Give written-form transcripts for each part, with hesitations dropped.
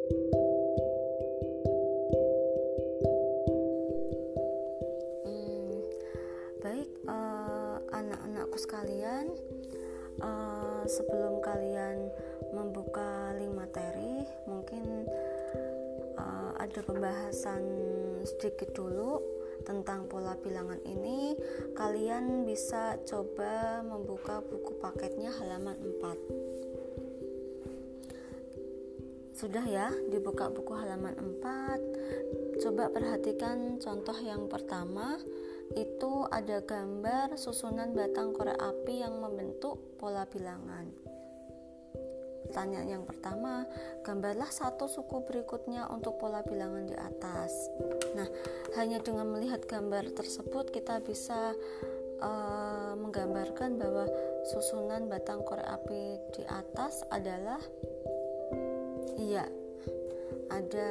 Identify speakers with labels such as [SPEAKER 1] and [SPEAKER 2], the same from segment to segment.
[SPEAKER 1] Baik, anak-anakku sekalian, sebelum kalian membuka link materi, mungkin ada pembahasan sedikit dulu tentang pola bilangan ini. Kalian bisa coba membuka buku paketnya halaman 4. Sudah ya, dibuka buku halaman 4. Coba perhatikan contoh yang pertama. Itu ada gambar susunan batang korek api yang membentuk pola bilangan. Pertanyaan yang pertama, gambarlah satu suku berikutnya untuk pola bilangan di atas. Nah, hanya dengan melihat gambar tersebut kita bisa menggambarkan bahwa susunan batang korek api di atas adalah ada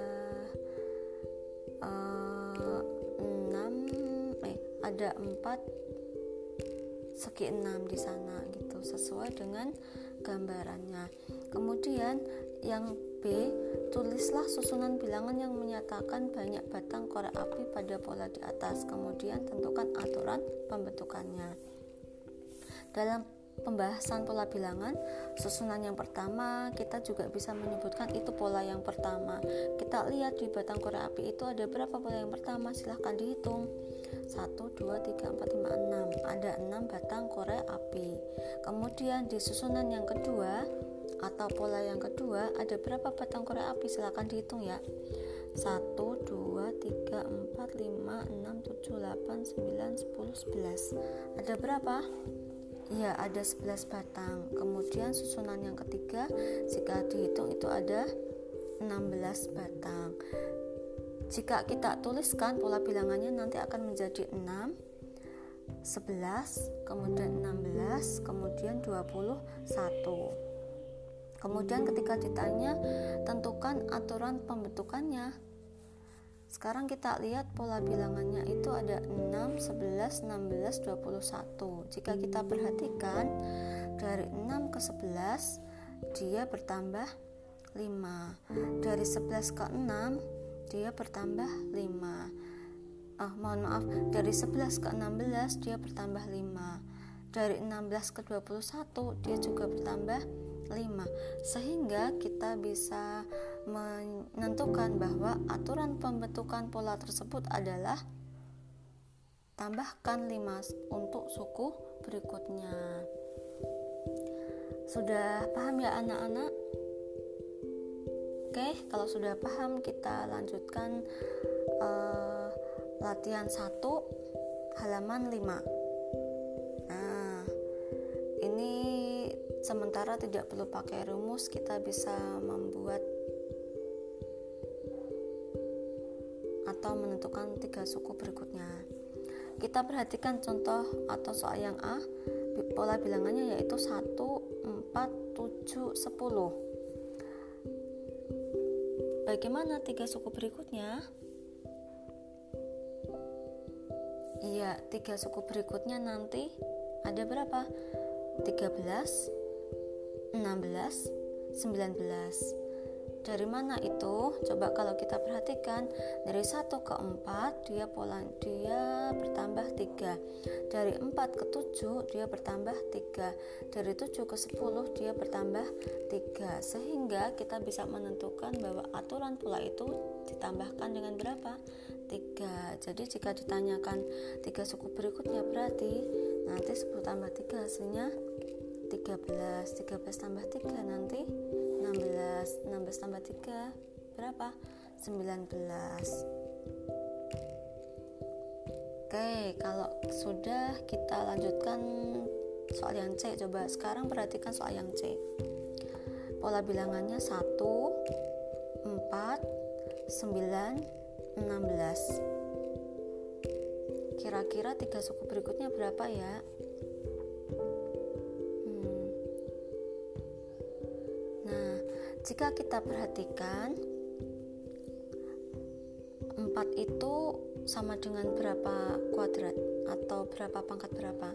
[SPEAKER 1] 4 segi 6 di sana gitu, sesuai dengan gambarannya. Kemudian yang B, tulislah susunan bilangan yang menyatakan banyak batang korek api pada pola di atas. Kemudian tentukan aturan pembentukannya. Dalam pembahasan pola bilangan, susunan yang pertama kita juga bisa menyebutkan itu pola yang pertama. Kita lihat di batang korek api itu ada berapa pola yang pertama, silahkan dihitung. 1, 2, 3, 4, 5, 6. Ada 6 batang korek api. Kemudian di susunan yang kedua atau pola yang kedua ada berapa batang korek api, silahkan dihitung ya. 1, 2, 3, 4, 5, 6, 7, 8, 9, 10, 11. Ada berapa? Ya, ada 11 batang. Kemudian susunan yang ketiga jika dihitung itu ada 16 batang. Jika kita tuliskan pola bilangannya nanti akan menjadi 6, 11, kemudian 16, kemudian 21. Kemudian ketika ditanya tentukan aturan pembentukannya. Sekarang kita lihat pola bilangannya itu ada 6, 11, 16, 21. Jika kita perhatikan dari 6 ke 11 dia bertambah 5. Dari 11 ke 6 dia bertambah 5. Dari 11 ke 16 dia bertambah 5. Dari 16 ke 21 dia juga bertambah 5. Sehingga kita bisa menentukan bahwa aturan pembentukan pola tersebut adalah tambahkan 5 untuk suku berikutnya. Sudah paham ya anak-anak? Oke, kalau sudah paham kita lanjutkan latihan 1 halaman 5. Nah, ini sementara tidak perlu pakai rumus, kita bisa membuat atau menentukan 3 suku berikutnya. Kita perhatikan contoh atau soal yang A. Pola bilangannya yaitu 1, 4, 7, 10. Bagaimana 3 suku berikutnya? Iya, 3 suku berikutnya nanti ada berapa? 13, 16, 19. Dari mana itu? Coba kalau kita perhatikan dari 1 ke 4 dia bertambah 3. Dari 4 ke 7 dia bertambah 3. Dari 7 ke 10 dia bertambah 3. Sehingga kita bisa menentukan bahwa aturan pola itu ditambahkan dengan berapa? 3. Jadi jika ditanyakan 3 suku berikutnya berarti nanti 10 tambah 3 hasilnya 13. 13 tambah 3 nanti 16. 16 tambah 3 berapa? 19. Oke, kalau sudah kita lanjutkan soal yang C. Coba sekarang perhatikan soal yang C. Pola bilangannya 1, 4, 9, 16. Kira-kira 3 suku berikutnya berapa ya? Jika kita perhatikan 4 itu sama dengan berapa kuadrat atau berapa pangkat berapa?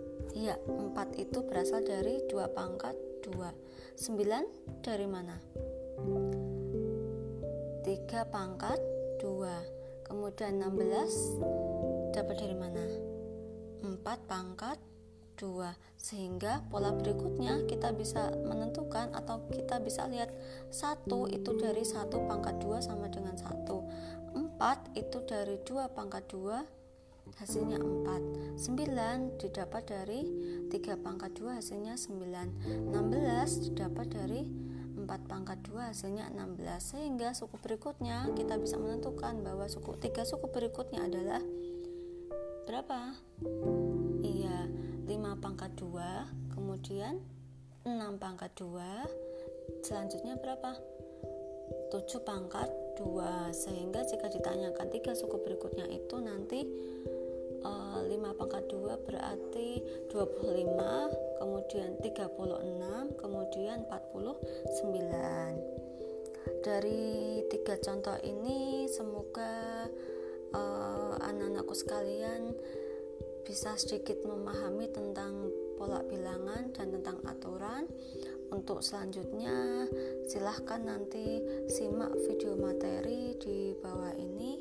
[SPEAKER 1] Iya, 4 itu berasal dari 2 pangkat 2. 9 dari mana? 3 pangkat 2. Kemudian 16 dapat dari mana? 4 pangkat 2. Sehingga pola berikutnya kita bisa menentukan atau kita bisa lihat 1 itu dari 1 pangkat 2 sama dengan 1. 4 itu dari 2 pangkat 2 hasilnya 4. 9 didapat dari 3 pangkat 2 hasilnya 9. 16 didapat dari 4 pangkat 2 hasilnya 16. Sehingga suku berikutnya kita bisa menentukan bahwa 3 suku berikutnya adalah berapa? Iya, 5 pangkat 2, kemudian 6 pangkat 2, selanjutnya berapa? 7 pangkat 2. Sehingga jika ditanyakan 3 suku berikutnya itu nanti 5 pangkat 2 berarti 25, kemudian 36, kemudian 49. Dari 3 contoh ini semoga anak-anakku sekalian bisa sedikit memahami tentang pola bilangan dan tentang aturan. Untuk selanjutnya silahkan nanti simak video materi di bawah ini.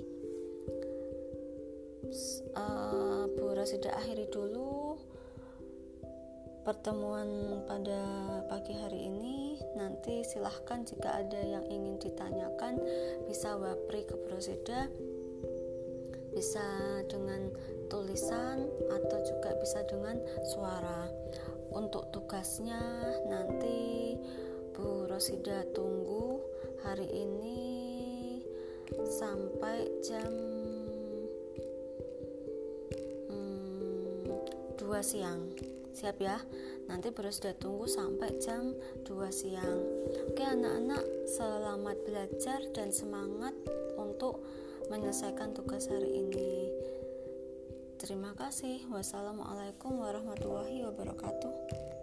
[SPEAKER 1] Bu Rosida akhiri dulu pertemuan pada pagi hari ini. Nanti silahkan jika ada yang ingin ditanyakan bisa wapri ke Bu Rosida, bisa dengan tulisan atau juga bisa dengan suara. Untuk tugasnya nanti Bu Rosida tunggu hari ini sampai jam 2 siang. Siap ya? Nanti Bu Rosida tunggu sampai jam 2 siang. Oke anak-anak, selamat belajar dan semangat untuk menyelesaikan tugas hari ini. Terima kasih. Wassalamualaikum warahmatullahi wabarakatuh.